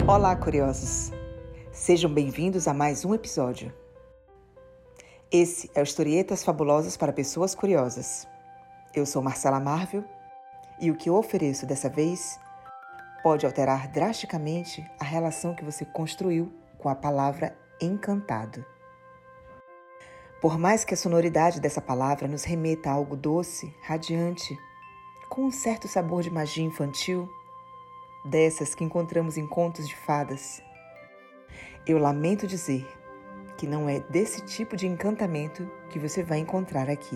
Olá, curiosos! Sejam bem-vindos a mais um episódio. Esse é o Historietas Fabulosas para Pessoas Curiosas. Eu sou Marcela Marvel e o que eu ofereço dessa vez pode alterar drasticamente a relação que você construiu com a palavra encantado. Por mais que a sonoridade dessa palavra nos remeta a algo doce, radiante, com um certo sabor de magia infantil, dessas que encontramos em contos de fadas, eu lamento dizer que não é desse tipo de encantamento que você vai encontrar aqui.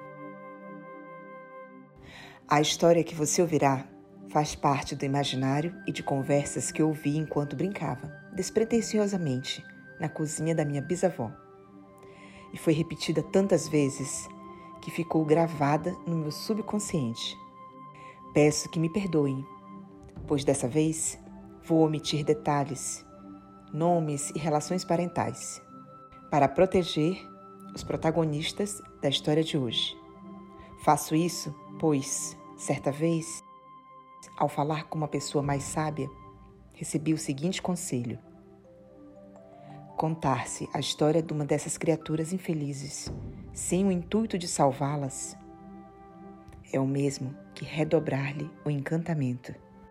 A história que você ouvirá faz parte do imaginário e de conversas que ouvi enquanto brincava, despretensiosamente, na cozinha da minha bisavó. E foi repetida tantas vezes que ficou gravada no meu subconsciente. Peço que me perdoem, pois dessa vez vou omitir detalhes, nomes e relações parentais, para proteger os protagonistas da história de hoje. Faço isso, pois, certa vez, ao falar com uma pessoa mais sábia, recebi o seguinte conselho: contar-se a história de uma dessas criaturas infelizes, sem o intuito de salvá-las, é o mesmo que redobrar-lhe o encantamento.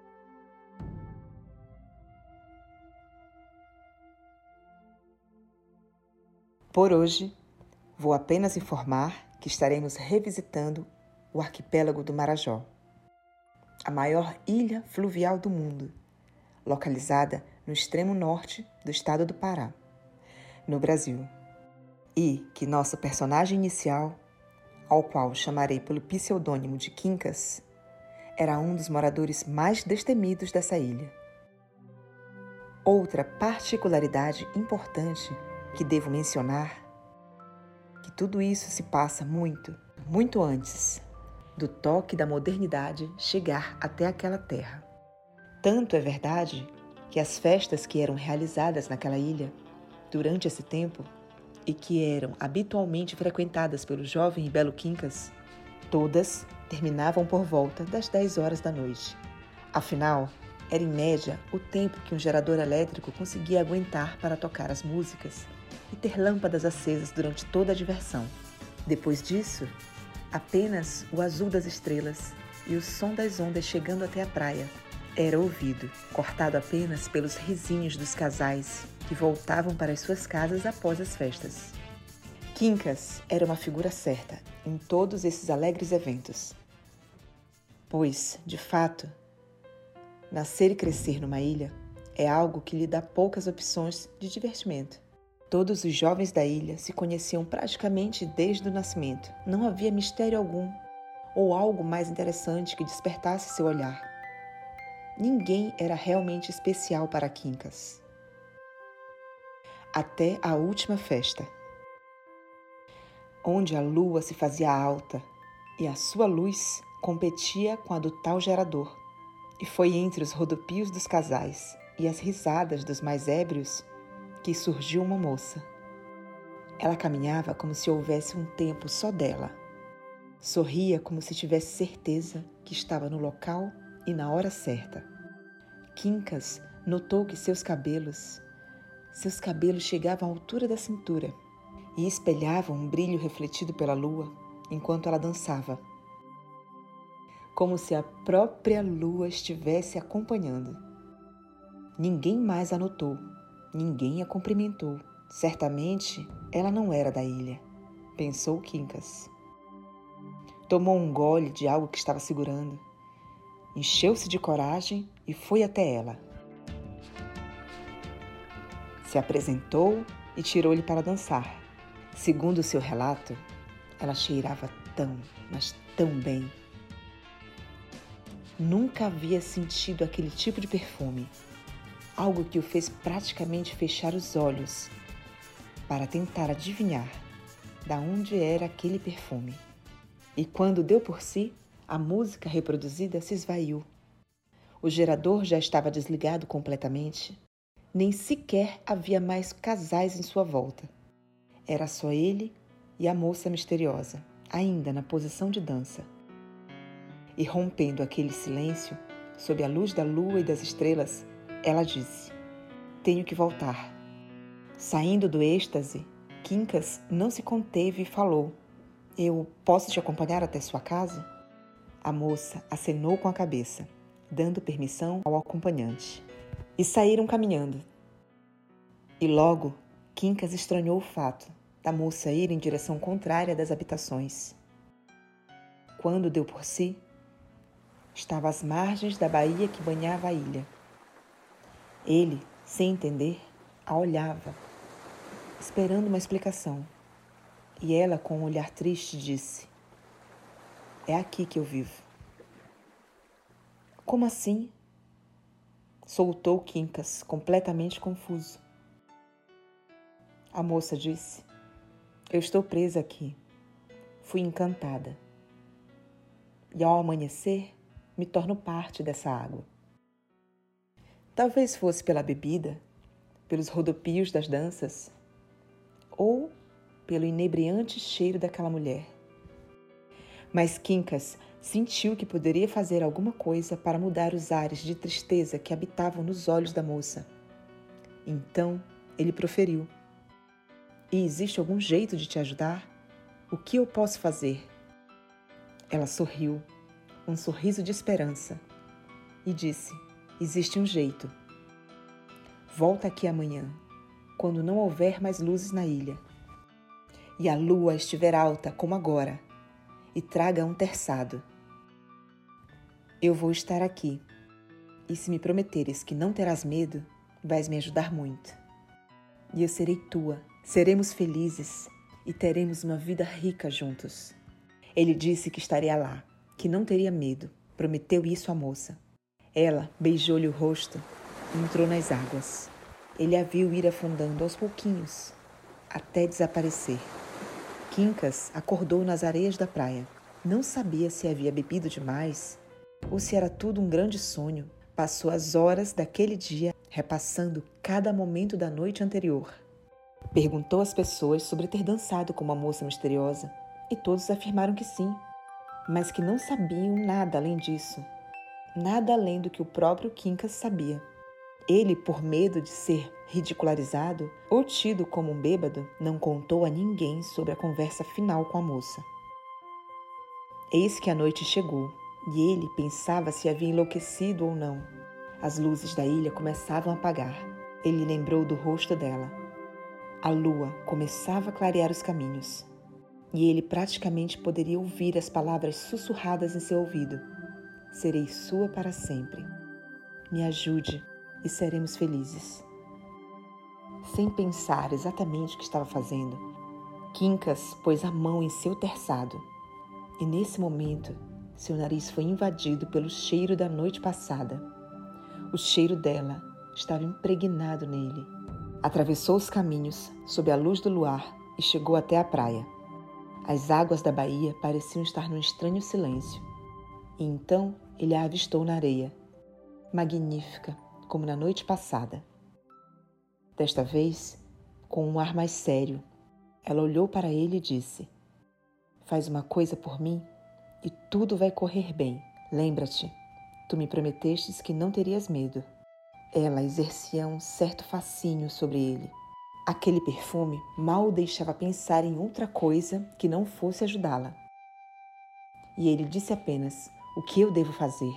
Por hoje, vou apenas informar que estaremos revisitando o arquipélago do Marajó, a maior ilha fluvial do mundo, localizada no extremo norte do estado do Pará, no Brasil, e que nosso personagem inicial, ao qual chamarei pelo pseudônimo de Quincas, era um dos moradores mais destemidos dessa ilha. Outra particularidade importante que devo mencionar, que tudo isso se passa muito antes do toque da modernidade chegar até aquela terra. Tanto é verdade que as festas que eram realizadas naquela ilha durante esse tempo e que eram habitualmente frequentadas pelo jovem e belo Quincas, todas terminavam por volta das 10 horas da noite. Afinal, era em média o tempo que um gerador elétrico conseguia aguentar para tocar as músicas e ter lâmpadas acesas durante toda a diversão. Depois disso, apenas o azul das estrelas e o som das ondas chegando até a praia era ouvido, cortado apenas pelos risinhos dos casais que voltavam para as suas casas após as festas. Quincas era uma figura certa em todos esses alegres eventos, pois, de fato, nascer e crescer numa ilha é algo que lhe dá poucas opções de divertimento. Todos os jovens da ilha se conheciam praticamente desde o nascimento. Não havia mistério algum ou algo mais interessante que despertasse seu olhar. Ninguém era realmente especial para Quincas. Até a última festa, onde a lua se fazia alta e a sua luz competia com a do tal gerador. E foi entre os rodopios dos casais e as risadas dos mais ébrios que surgiu uma moça. Ela caminhava como se houvesse um tempo só dela. Sorria como se tivesse certeza que estava no local e na hora certa. Quincas notou que seus cabelos chegavam à altura da cintura e espelhavam um brilho refletido pela lua enquanto ela dançava, como se a própria lua estivesse acompanhando. Ninguém mais a notou, ninguém a cumprimentou. Certamente ela não era da ilha, pensou Quincas. Tomou um gole de algo que estava segurando, encheu-se de coragem e foi até ela. Se apresentou e tirou-lhe para dançar. Segundo o seu relato, ela cheirava mas tão bem. Nunca havia sentido aquele tipo de perfume, algo que o fez praticamente fechar os olhos para tentar adivinhar da onde era aquele perfume. E quando deu por si, a música reproduzida se esvaiu. O gerador já estava desligado completamente. Nem sequer havia mais casais em sua volta. Era só ele e a moça misteriosa, ainda na posição de dança. E rompendo aquele silêncio, sob a luz da lua e das estrelas, ela disse: Tenho que voltar. Saindo do êxtase, Quincas não se conteve e falou: Eu posso te acompanhar até sua casa? A moça acenou com a cabeça, dando permissão ao acompanhante. E saíram caminhando. E logo, Quincas estranhou o fato da moça ir em direção contrária das habitações. Quando deu por si, estava às margens da baía que banhava a ilha. Ele, sem entender, a olhava, esperando uma explicação. E ela, com um olhar triste, disse: É aqui que eu vivo. Como assim? Soltou Quincas, completamente confuso. A moça disse: Eu estou presa aqui. Fui encantada. E ao amanhecer, me torno parte dessa água. Talvez fosse pela bebida, pelos rodopios das danças, ou pelo inebriante cheiro daquela mulher. Mas Quincas sentiu que poderia fazer alguma coisa para mudar os ares de tristeza que habitavam nos olhos da moça. Então ele proferiu: E existe algum jeito de te ajudar? O que eu posso fazer? Ela sorriu, um sorriso de esperança, e disse: Existe um jeito. Volta aqui amanhã, quando não houver mais luzes na ilha, e a lua estiver alta como agora, e traga um terçado. Eu vou estar aqui, e se me prometeres que não terás medo, vais me ajudar muito. E eu serei tua, seremos felizes e teremos uma vida rica juntos. Ele disse que estaria lá, que não teria medo, prometeu isso à moça. Ela beijou-lhe o rosto e entrou nas águas. Ele a viu ir afundando aos pouquinhos, até desaparecer. Quincas acordou nas areias da praia. Não sabia se havia bebido demais ou se era tudo um grande sonho. Passou as horas daquele dia repassando cada momento da noite anterior. Perguntou às pessoas sobre ter dançado com uma moça misteriosa e todos afirmaram que sim, mas que não sabiam nada além disso. Nada além do que o próprio Quincas sabia. Ele, por medo de ser ridicularizado ou tido como um bêbado, não contou a ninguém sobre a conversa final com a moça. Eis que a noite chegou, e ele pensava se havia enlouquecido ou não. As luzes da ilha começavam a apagar. Ele lembrou do rosto dela. A lua começava a clarear os caminhos, e ele praticamente poderia ouvir as palavras sussurradas em seu ouvido: Serei sua para sempre. Me ajude e seremos felizes. Sem pensar exatamente o que estava fazendo, Quincas pôs a mão em seu terçado, e nesse momento seu nariz foi invadido pelo cheiro da noite passada. O cheiro dela estava impregnado nele. Atravessou os caminhos sob a luz do luar e chegou até a praia. As águas da baía pareciam estar num estranho silêncio. E então ele a avistou na areia, magnífica, como na noite passada. Desta vez, com um ar mais sério, ela olhou para ele e disse: Faz uma coisa por mim e tudo vai correr bem. Lembra-te, tu me prometestes que não terias medo. Ela exercia um certo fascínio sobre ele. Aquele perfume mal o deixava pensar em outra coisa que não fosse ajudá-la. E ele disse apenas: O que eu devo fazer?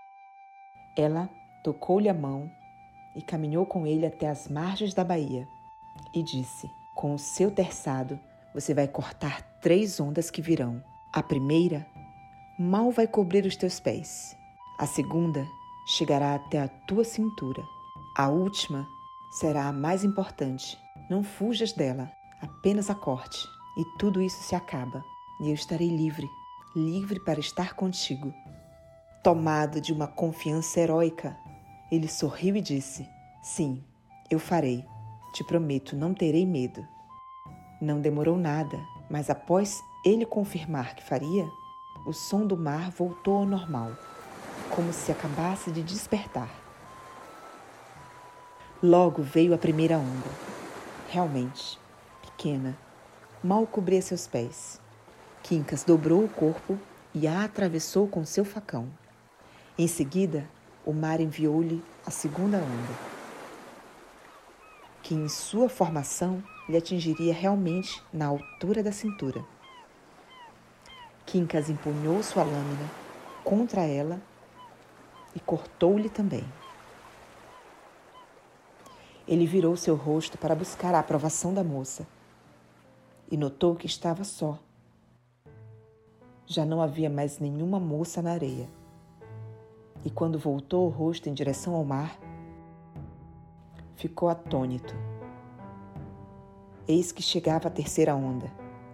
Ela tocou-lhe a mão e caminhou com ele até as margens da baía e disse: Com o seu terçado, você vai cortar 3 ondas que virão. A primeira mal vai cobrir os teus pés. A segunda chegará até a tua cintura. A última será a mais importante. Não fujas dela, apenas a corte. E tudo isso se acaba, e eu estarei livre, livre para estar contigo. Tomado de uma confiança heróica, ele sorriu e disse: Sim, eu farei. Te prometo, não terei medo. Não demorou nada, mas após ele confirmar que faria, o som do mar voltou ao normal, como se acabasse de despertar. Logo veio a primeira onda. Realmente, pequena, mal cobria seus pés. Quincas dobrou o corpo e a atravessou com seu facão. Em seguida, o mar enviou-lhe a segunda onda. que em sua formação lhe atingiria realmente na altura da cintura. Quincas empunhou sua lâmina contra ela e cortou-lhe também. Ele virou seu rosto para buscar a aprovação da moça e notou que estava só. Já não havia mais nenhuma moça na areia. E quando voltou o rosto em direção ao mar, ficou atônito. Eis que chegava a terceira onda.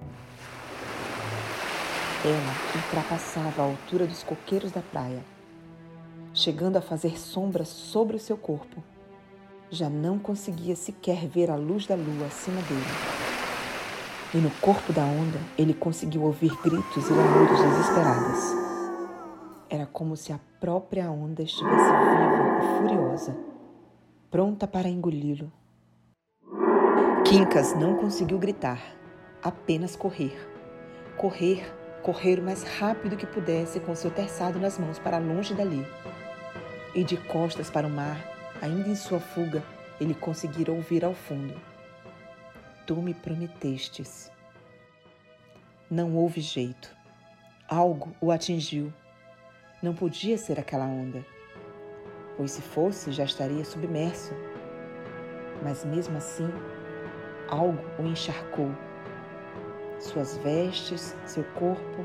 Ela ultrapassava a altura dos coqueiros da praia, chegando a fazer sombras sobre o seu corpo. Já não conseguia sequer ver a luz da lua acima dele. E no corpo da onda, ele conseguiu ouvir gritos e lamúrios desesperadas. Era como se a própria onda estivesse viva e furiosa, pronta para engoli-lo. Quincas não conseguiu gritar, apenas correr. Correr o mais rápido que pudesse com seu terçado nas mãos para longe dali. E de costas para o mar, ainda em sua fuga, ele conseguira ouvir ao fundo: Tu me prometestes. Não houve jeito. Algo o atingiu. Não podia ser aquela onda, pois se fosse já estaria submerso. Mas mesmo assim, algo o encharcou. Suas vestes, seu corpo.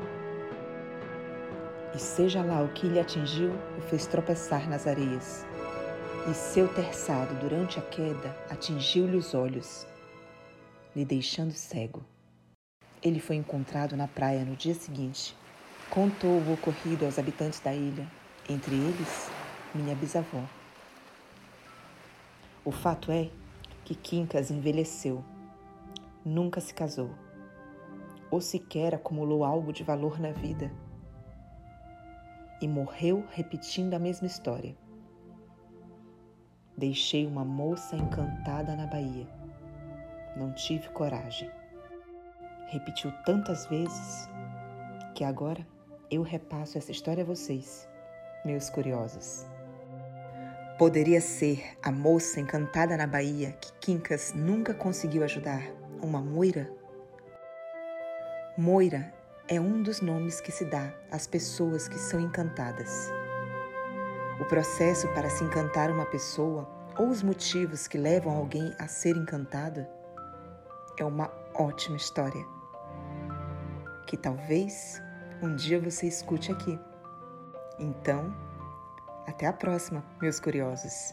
E seja lá o que lhe atingiu, o fez tropeçar nas areias. E seu terçado, durante a queda, atingiu-lhe os olhos, lhe deixando cego. Ele foi encontrado na praia no dia seguinte. Contou o ocorrido aos habitantes da ilha, entre eles, minha bisavó. O fato é que Quincas envelheceu, nunca se casou, ou sequer acumulou algo de valor na vida, e morreu repetindo a mesma história. Deixei uma moça encantada na Bahia. Não tive coragem. Repetiu tantas vezes que agora eu repasso essa história a vocês, meus curiosos. Poderia ser a moça encantada na Bahia que Quincas nunca conseguiu ajudar uma moira? Moira é um dos nomes que se dá às pessoas que são encantadas. O processo para se encantar uma pessoa ou os motivos que levam alguém a ser encantado é uma ótima história, que talvez um dia você escute aqui. Então, até a próxima, meus curiosos.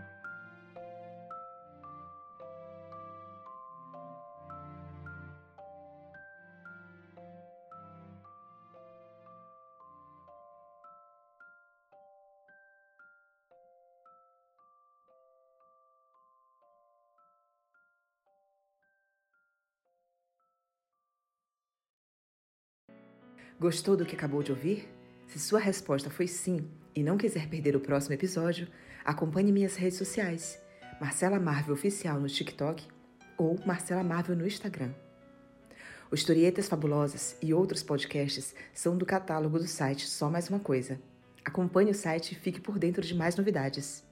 Gostou do que acabou de ouvir? Se sua resposta foi sim e não quiser perder o próximo episódio, acompanhe minhas redes sociais, Marcela Marvel Oficial no TikTok ou Marcela Marvel no Instagram. Os Historietas Fabulosas e outros podcasts são do catálogo do site Só Mais Uma Coisa. Acompanhe o site e fique por dentro de mais novidades.